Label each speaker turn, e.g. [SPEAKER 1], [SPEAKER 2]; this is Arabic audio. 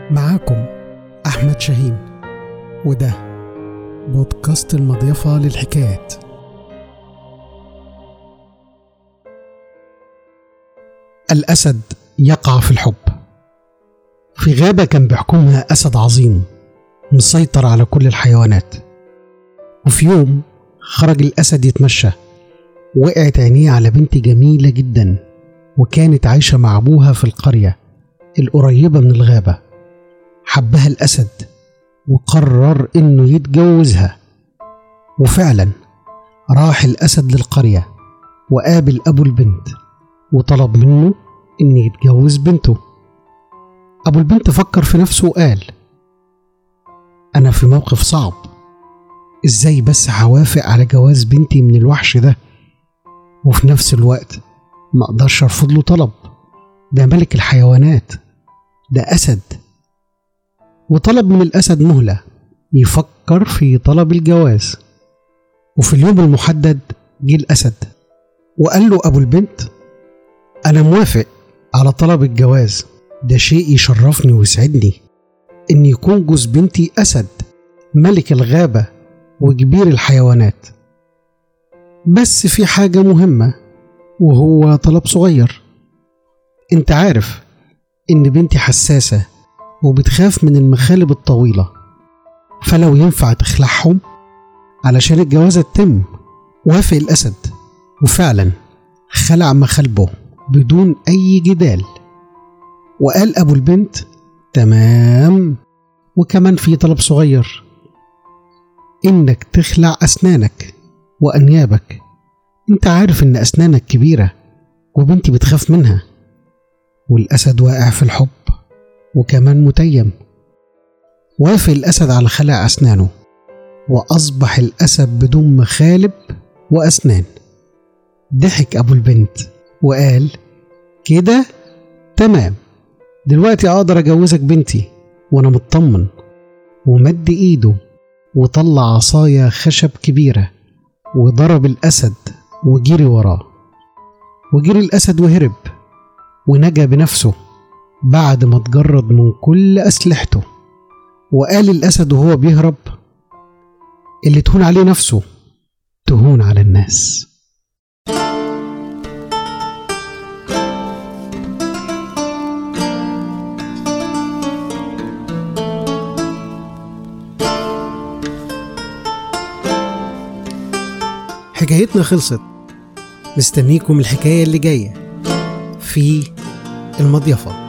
[SPEAKER 1] معاكم أحمد شاهين، وده بودكاست المضيفة للحكايات. الأسد يقع في الحب. في غابة كان بيحكمها أسد عظيم مسيطر على كل الحيوانات. وفي يوم خرج الأسد يتمشى، وقعت عينيه على بنت جميلة جدا، وكانت عايشة مع أبوها في القرية القريبة من الغابة. حبها الأسد وقرر إنه يتجوزها، وفعلا راح الأسد للقرية وقابل أبو البنت وطلب منه إن يتجوز بنته. أبو البنت فكر في نفسه وقال: أنا في موقف صعب، إزاي بس هوافق على جواز بنتي من الوحش ده؟ وفي نفس الوقت ما أقدرش أرفض له طلب، ده ملك الحيوانات، ده أسد. وطلب من الأسد مهلة يفكر في طلب الجواز. وفي اليوم المحدد جه الأسد وقال له أبو البنت: أنا موافق على طلب الجواز، ده شيء يشرفني ويسعدني إن يكون جوز بنتي أسد ملك الغابة وكبير الحيوانات. بس في حاجة مهمة، وهو طلب صغير. انت عارف إن بنتي حساسة وبتخاف من المخالب الطويلة، فلو ينفع تخلعهم علشان الجوازة تتم. وافق الأسد وفعلا خلع مخالبه بدون أي جدال. وقال أبو البنت: تمام، وكمان في طلب صغير، إنك تخلع أسنانك وأنيابك. انت عارف إن أسنانك كبيرة وبنتي بتخاف منها. والأسد واقع في الحب وكمان متيم. وافق الأسد على خلع أسنانه، وأصبح الأسد بدون مخالب وأسنان. ضحك أبو البنت وقال: كده تمام، دلوقتي أقدر أجوزك بنتي وأنا مطمن. ومد إيده وطلع عصاية خشب كبيرة وضرب الأسد وجري وراه. وجري الأسد وهرب ونجا بنفسه بعد ما اتجرد من كل أسلحته. وقال الأسد وهو بيهرب: اللي تهون عليه نفسه تهون على الناس. حكايتنا خلصت، مستنيكم الحكاية اللي جاية في المضيفة.